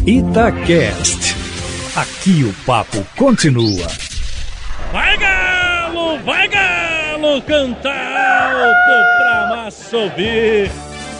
Itacast. Aqui o papo continua. Vai Galo, canta alto pra massa ouvir.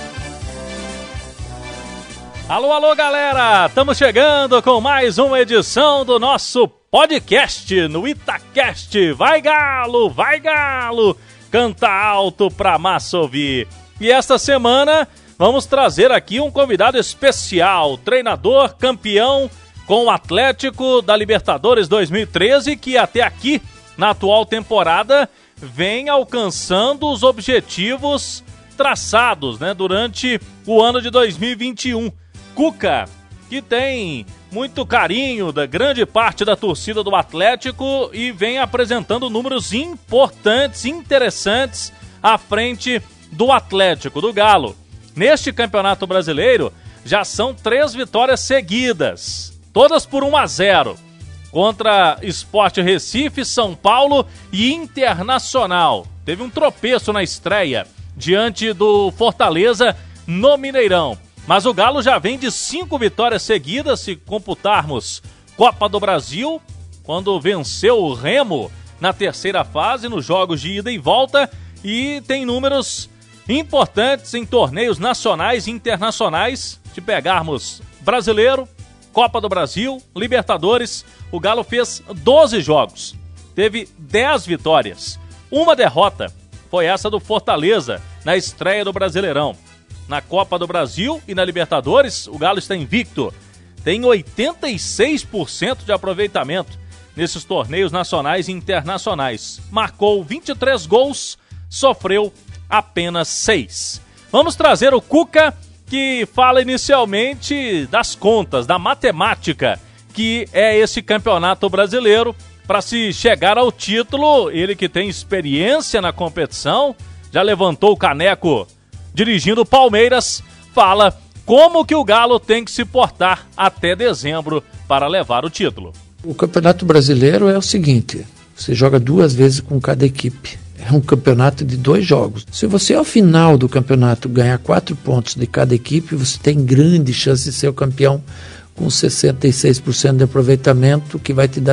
Alô, galera, estamos chegando com mais uma edição do nosso podcast no Itacast. Vai Galo, canta alto pra massa ouvir. E esta semana vamos trazer aqui um convidado especial, treinador campeão com o Atlético da Libertadores 2013, que até aqui, na atual temporada, vem alcançando os objetivos traçados, durante o ano de 2021. Cuca, que tem muito carinho da grande parte da torcida do Atlético e vem apresentando números importantes, interessantes à frente do Atlético, do Galo. Neste Campeonato Brasileiro, já são 3 vitórias seguidas, todas por 1-0, contra Sport Recife, São Paulo e Internacional. Teve um tropeço na estreia diante do Fortaleza no Mineirão. Mas o Galo já vem de 5 vitórias seguidas, se computarmos Copa do Brasil, quando venceu o Remo na terceira fase, nos jogos de ida e volta, e tem números importantes em torneios nacionais e internacionais. Se pegarmos Brasileiro, Copa do Brasil, Libertadores, o Galo fez 12 jogos, teve 10 vitórias, uma derrota, foi essa do Fortaleza na estreia do Brasileirão. Na Copa do Brasil e na Libertadores, o Galo está invicto, tem 86% de aproveitamento nesses torneios nacionais e internacionais. Marcou 23 gols, sofreu apenas 6. Vamos trazer o Cuca, que fala inicialmente das contas, da matemática, que é esse campeonato brasileiro. Para se chegar ao título, ele que tem experiência na competição, já levantou o caneco dirigindo o Palmeiras, fala como que o Galo tem que se portar até dezembro para levar o título. O Campeonato Brasileiro é o seguinte, você joga 2 vezes com cada equipe. É um campeonato de 2 jogos. Se você ao final do campeonato ganhar 4 pontos de cada equipe, você tem grande chance de ser o campeão com 66% de aproveitamento, que vai te dar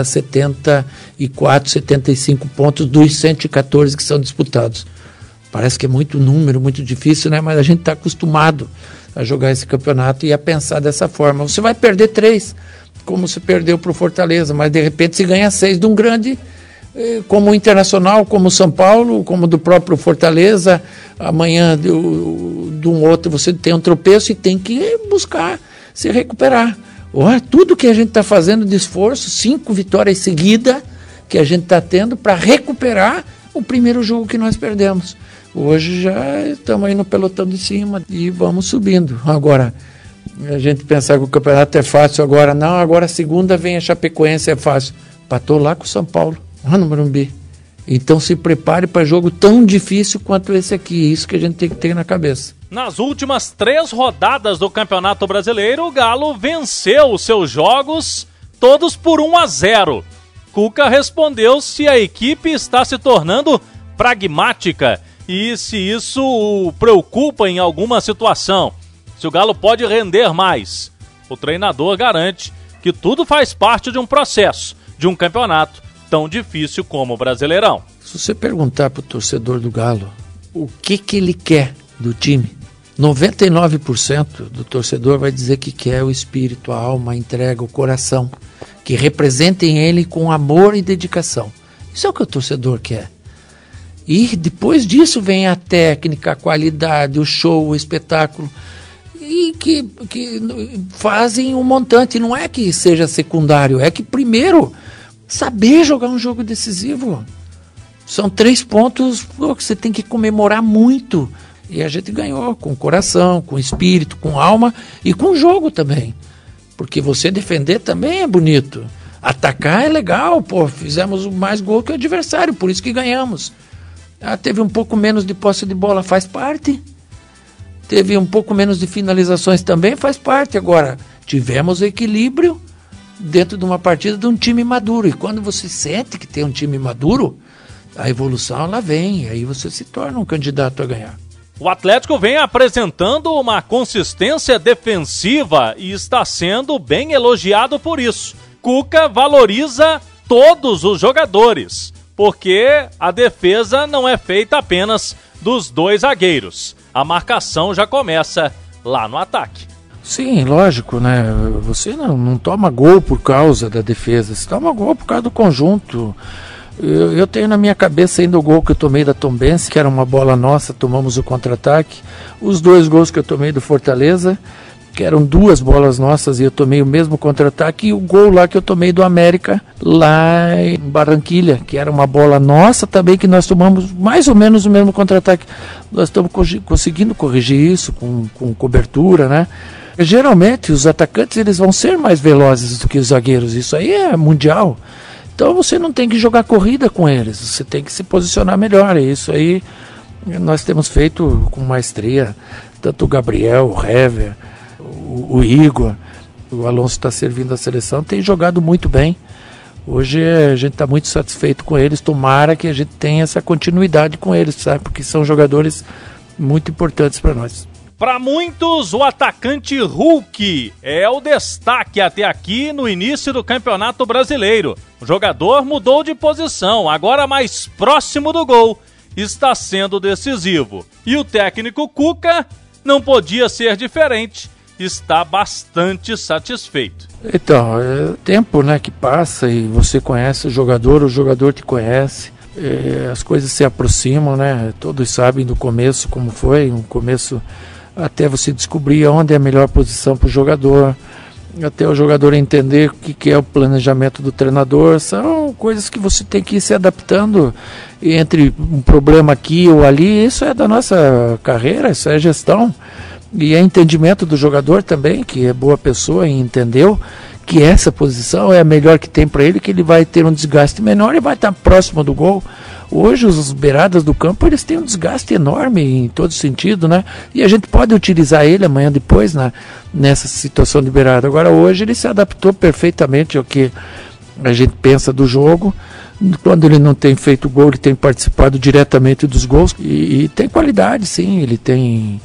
74, 75 pontos dos 114 que são disputados. Parece que é muito número, muito difícil, mas a gente está acostumado a jogar esse campeonato e a pensar dessa forma. Você vai perder 3, como se perdeu para o Fortaleza, mas de repente se ganha 6 de um grande, como o Internacional, como o São Paulo, como do próprio Fortaleza. Amanhã de um outro você tem um tropeço e tem que buscar se recuperar. Tudo que a gente está fazendo de esforço, 5 vitórias seguidas que a gente está tendo para recuperar o primeiro jogo que nós perdemos. Hoje já estamos aí no pelotão de cima e vamos subindo. Agora, a gente pensar que o campeonato é fácil agora, não, agora a segunda vem a Chapecoense, é fácil. Empatou lá com o São Paulo, lá no Morumbi. Então se prepare para jogo tão difícil quanto esse aqui, isso que a gente tem que ter na cabeça. Nas últimas 3 rodadas do Campeonato Brasileiro, o Galo venceu os seus jogos todos por 1-0. Cuca respondeu se a equipe está se tornando pragmática e se isso o preocupa em alguma situação, se o Galo pode render mais. O treinador garante que tudo faz parte de um processo, de um campeonato tão difícil como o Brasileirão. Se você perguntar para o torcedor do Galo o que ele quer do time, 99% do torcedor vai dizer que quer o espírito, a alma, a entrega, o coração, que representem ele com amor e dedicação. Isso é o que o torcedor quer. E depois disso vem a técnica, a qualidade, o show, o espetáculo, e que fazem um montante. Não é que seja secundário, é que primeiro saber jogar um jogo decisivo. São 3 pontos que você tem que comemorar muito. E a gente ganhou com coração, com espírito, com alma e com jogo também. Porque você defender também é bonito. Atacar é legal, fizemos mais gol que o adversário, por isso que ganhamos. Teve um pouco menos de posse de bola, faz parte. Teve um pouco menos de finalizações também, faz parte. Agora, tivemos equilíbrio dentro de uma partida de um time maduro. E quando você sente que tem um time maduro, a evolução ela vem, aí você se torna um candidato a ganhar. O Atlético vem apresentando uma consistência defensiva e está sendo bem elogiado por isso. Cuca valoriza todos os jogadores, porque a defesa não é feita apenas dos dois zagueiros. A marcação já começa lá no ataque. Sim, lógico, né? Você não toma gol por causa da defesa, você toma gol por causa do conjunto. Eu tenho na minha cabeça ainda o gol que eu tomei da Tombense, que era uma bola nossa, tomamos o contra-ataque. Os 2 gols que eu tomei do Fortaleza, que eram 2 bolas nossas e eu tomei o mesmo contra-ataque. E o gol lá que eu tomei do América, lá em Barranquilha, que era uma bola nossa também, que nós tomamos mais ou menos o mesmo contra-ataque. Nós estamos conseguindo corrigir isso com cobertura, né? Geralmente os atacantes eles vão ser mais velozes do que os zagueiros, isso aí é mundial. Então você não tem que jogar corrida com eles, você tem que se posicionar melhor. E isso aí nós temos feito com maestria, tanto o Gabriel, o Hever, o Igor, o Alonso está servindo a seleção, tem jogado muito bem. Hoje a gente está muito satisfeito com eles, tomara que a gente tenha essa continuidade com eles, sabe? Porque são jogadores muito importantes para nós. Para muitos, o atacante Hulk é o destaque até aqui no início do Campeonato Brasileiro. O jogador mudou de posição, agora mais próximo do gol, está sendo decisivo. E o técnico Cuca não podia ser diferente, está bastante satisfeito. Então, é o tempo, né, que passa e você conhece o jogador te conhece. As coisas se aproximam, né? Todos sabem do começo como foi, um começo até você descobrir onde é a melhor posição para o jogador, até o jogador entender o que é o planejamento do treinador. São coisas que você tem que ir se adaptando entre um problema aqui ou ali. Isso é da nossa carreira, isso é gestão. E é entendimento do jogador também, que é boa pessoa e entendeu que essa posição é a melhor que tem para ele, que ele vai ter um desgaste menor e vai estar próximo do gol. Hoje os beiradas do campo eles têm um desgaste enorme em todo sentido, né? E a gente pode utilizar ele amanhã depois nessa situação de beirada. Agora hoje ele se adaptou perfeitamente ao que a gente pensa do jogo. Quando ele não tem feito gol, ele tem participado diretamente dos gols e tem qualidade, sim, ele tem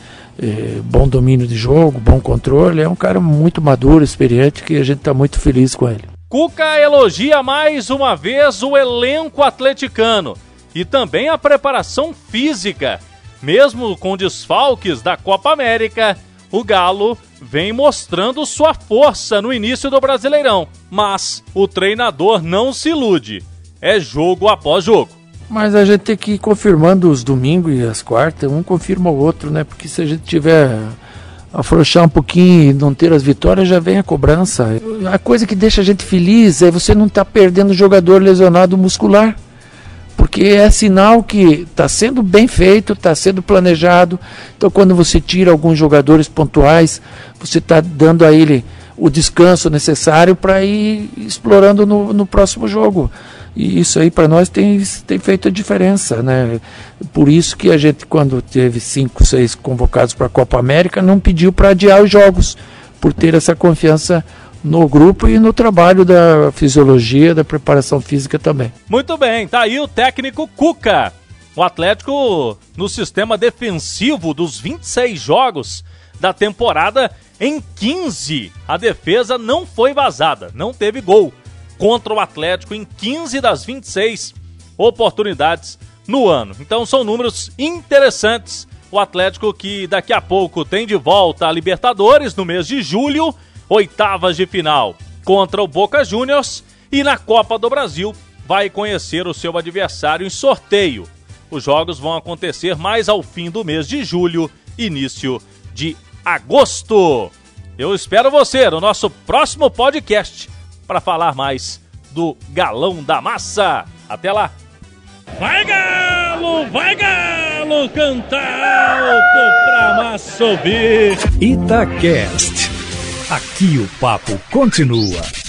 bom domínio de jogo, bom controle, é um cara muito maduro, experiente, que a gente está muito feliz com ele. Cuca elogia mais uma vez o elenco atleticano e também a preparação física. Mesmo com desfalques da Copa América, o Galo vem mostrando sua força no início do Brasileirão. Mas o treinador não se ilude, é jogo após jogo. Mas a gente tem que ir confirmando os domingos e as quartas, um confirma o outro, né? Porque se a gente tiver afrouxar um pouquinho e não ter as vitórias, já vem a cobrança. A coisa que deixa a gente feliz é você não estar perdendo jogador lesionado muscular, porque é sinal que está sendo bem feito, está sendo planejado. Então quando você tira alguns jogadores pontuais, você está dando a ele o descanso necessário para ir explorando no próximo jogo. E isso aí para nós tem feito a diferença, né? Por isso que a gente, quando teve 5, 6 convocados para a Copa América, não pediu para adiar os jogos, por ter essa confiança no grupo e no trabalho da fisiologia, da preparação física também. Muito bem, tá aí o técnico Cuca. O Atlético, no sistema defensivo dos 26 jogos da temporada, em 15 a defesa não foi vazada, não teve gol contra o Atlético em 15 das 26 oportunidades no ano. Então são números interessantes. O Atlético que daqui a pouco tem de volta a Libertadores no mês de julho, oitavas de final contra o Boca Juniors, e na Copa do Brasil vai conhecer o seu adversário em sorteio. Os jogos vão acontecer mais ao fim do mês de julho, início de agosto. Eu espero você no nosso próximo podcast para falar mais do Galão da Massa. Até lá! Vai Galo, canta alto pra massa subir. Itacast. Aqui o papo continua.